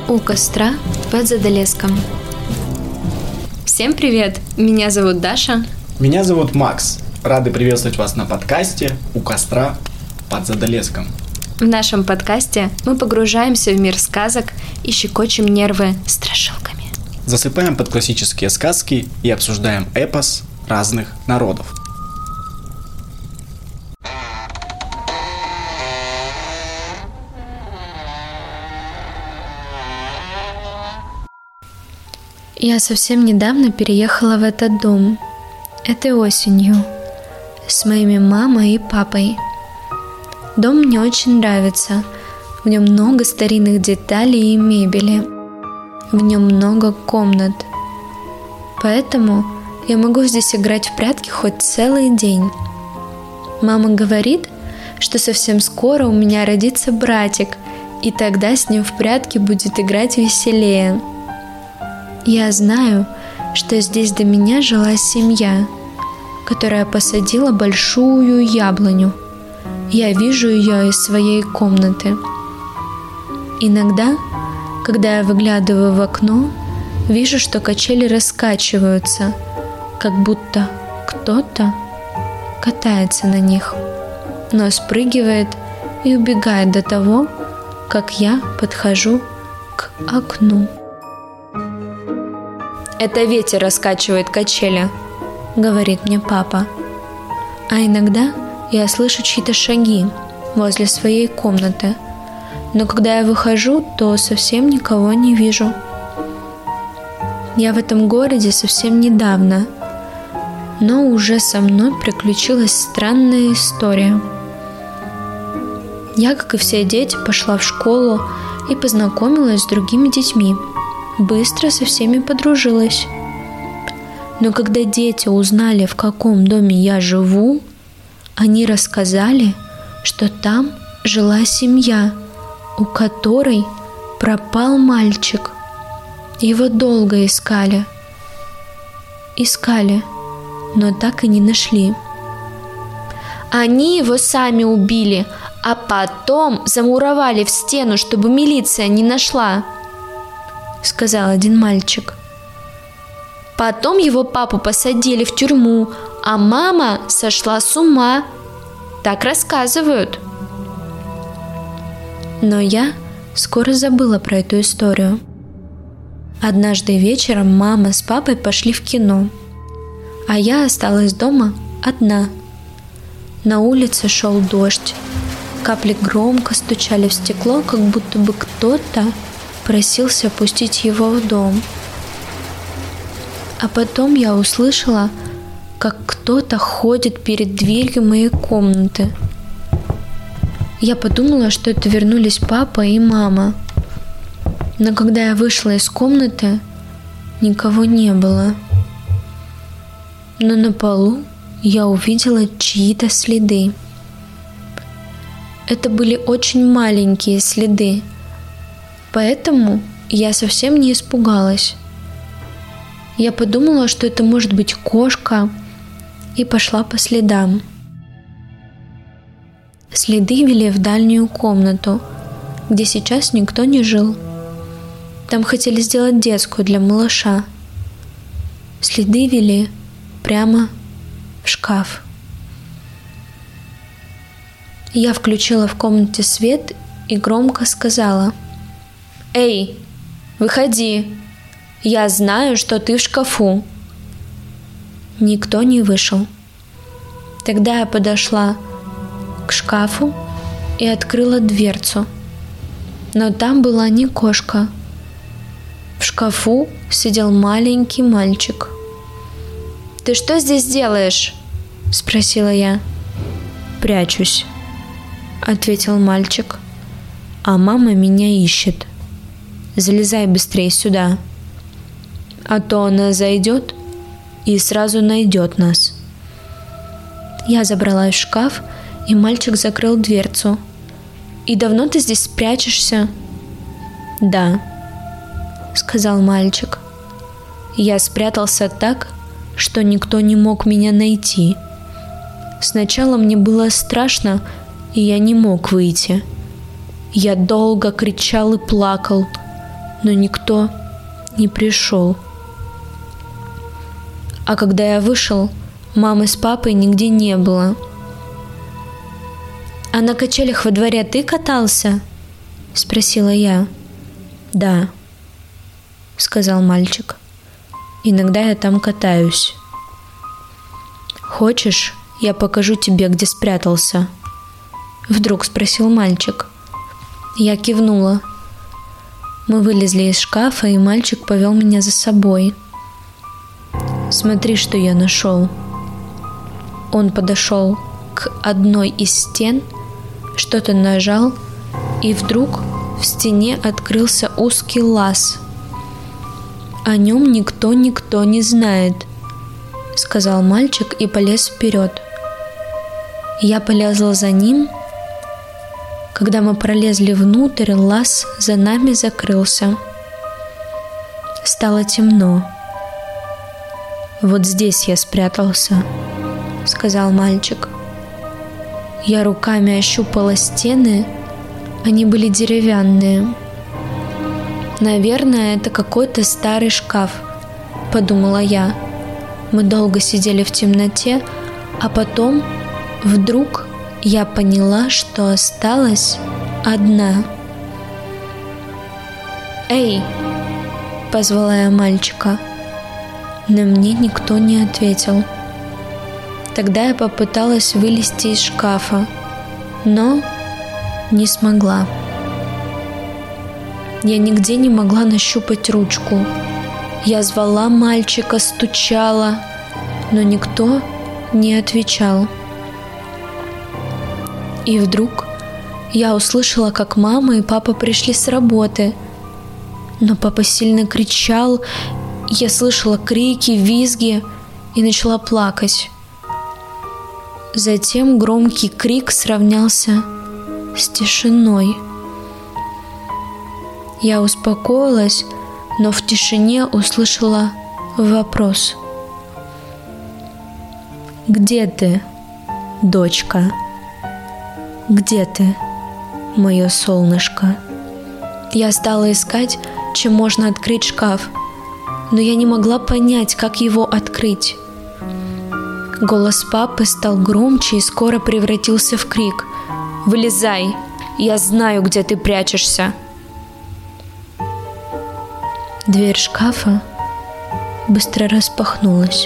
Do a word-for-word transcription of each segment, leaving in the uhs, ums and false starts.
У костра под Задолеском. Всем привет! Меня зовут Даша. Меня зовут Макс. Рады приветствовать вас на подкасте «У костра под Задолеском». В нашем подкасте мы погружаемся в мир сказок и щекочем нервы страшилками. Засыпаем под классические сказки и обсуждаем эпос разных народов. Я совсем недавно переехала в этот дом. Этой осенью. С моими мамой и папой. Дом мне очень нравится. В нем много старинных деталей и мебели. В нем много комнат. Поэтому я могу здесь играть в прятки хоть целый день. Мама говорит, что совсем скоро у меня родится братик, и тогда с ним в прятки будет играть веселее. Я знаю, что здесь до меня жила семья, которая посадила большую яблоню. Я вижу ее из своей комнаты. Иногда, когда я выглядываю в окно, вижу, что качели раскачиваются, как будто кто-то катается на них, но спрыгивает и убегает до того, как я подхожу к окну. «Это ветер раскачивает качели», — говорит мне папа. А иногда я слышу чьи-то шаги возле своей комнаты, но когда я выхожу, то совсем никого не вижу. Я в этом городе совсем недавно, но уже со мной приключилась странная история. Я, как и все дети, пошла в школу и познакомилась с другими детьми. Быстро со всеми подружилась. Но когда дети узнали, в каком доме я живу, они рассказали, что там жила семья, у которой пропал мальчик. Его долго искали. Искали, но так и не нашли. Они его сами убили, а потом замуровали в стену, чтобы милиция не нашла, сказал один мальчик. Потом его папу посадили в тюрьму, а мама сошла с ума. Так рассказывают. Но я скоро забыла про эту историю. Однажды вечером мама с папой пошли в кино, а я осталась дома одна. На улице шел дождь. Капли громко стучали в стекло, как будто бы кто-то просился пустить его в дом. А потом я услышала, как кто-то ходит перед дверью моей комнаты. Я подумала, что это вернулись папа и мама. Но когда я вышла из комнаты, никого не было. Но на полу я увидела чьи-то следы. Это были очень маленькие следы. Поэтому я совсем не испугалась. Я подумала, что это может быть кошка, и пошла по следам. Следы вели в дальнюю комнату, где сейчас никто не жил. Там хотели сделать детскую для малыша. Следы вели прямо в шкаф. Я включила в комнате свет и громко сказала: «Эй, выходи! Я знаю, что ты в шкафу!» Никто не вышел. Тогда я подошла к шкафу и открыла дверцу. Но там была не кошка. В шкафу сидел маленький мальчик. «Ты что здесь делаешь?» – спросила я. «Прячусь», – ответил мальчик. «А мама меня ищет. Залезай быстрее сюда, а то она зайдет и сразу найдет нас». Я забралась в шкаф, и мальчик закрыл дверцу. «И давно ты здесь прячешься?» «Да», — сказал мальчик. «Я спрятался так, что никто не мог меня найти. Сначала мне было страшно, и я не мог выйти. Я долго кричал и плакал, но никто не пришел. А когда я вышел, мамы с папой нигде не было. «А на качелях во дворе ты катался?» – спросила я. «Да», – сказал мальчик. «Иногда я там катаюсь». «Хочешь, я покажу тебе, где спрятался?» – вдруг спросил мальчик. Я кивнула. Мы вылезли из шкафа, и мальчик повел меня за собой. «Смотри, что я нашел». Он подошел к одной из стен, что-то нажал, и вдруг в стене открылся узкий лаз. «О нем никто-никто не знает», — сказал мальчик и полез вперед. Я полезла за ним. Когда мы пролезли внутрь, лаз за нами закрылся. Стало темно. «Вот здесь я спрятался», — сказал мальчик. Я руками ощупала стены, они были деревянные. «Наверное, это какой-то старый шкаф», — подумала я. Мы долго сидели в темноте, а потом вдруг я поняла, что осталась одна. «Эй!» — позвала я мальчика, но мне никто не ответил. Тогда я попыталась вылезти из шкафа, но не смогла. Я нигде не могла нащупать ручку. Я звала мальчика, стучала, но никто не отвечал. И вдруг я услышала, как мама и папа пришли с работы. Но папа сильно кричал, я слышала крики, визги и начала плакать. Затем громкий крик сравнялся с тишиной. Я успокоилась, но в тишине услышала вопрос. «Где ты, дочка? Где ты, мое солнышко?» Я стала искать, чем можно открыть шкаф, но я не могла понять, как его открыть. Голос папы стал громче и скоро превратился в крик. «Вылезай! Я знаю, где ты прячешься!» Дверь шкафа быстро распахнулась.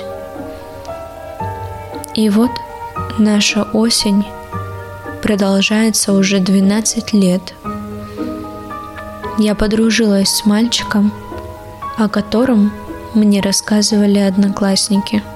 И вот наша осень продолжается уже двенадцать лет. Я подружилась с мальчиком, о котором мне рассказывали одноклассники.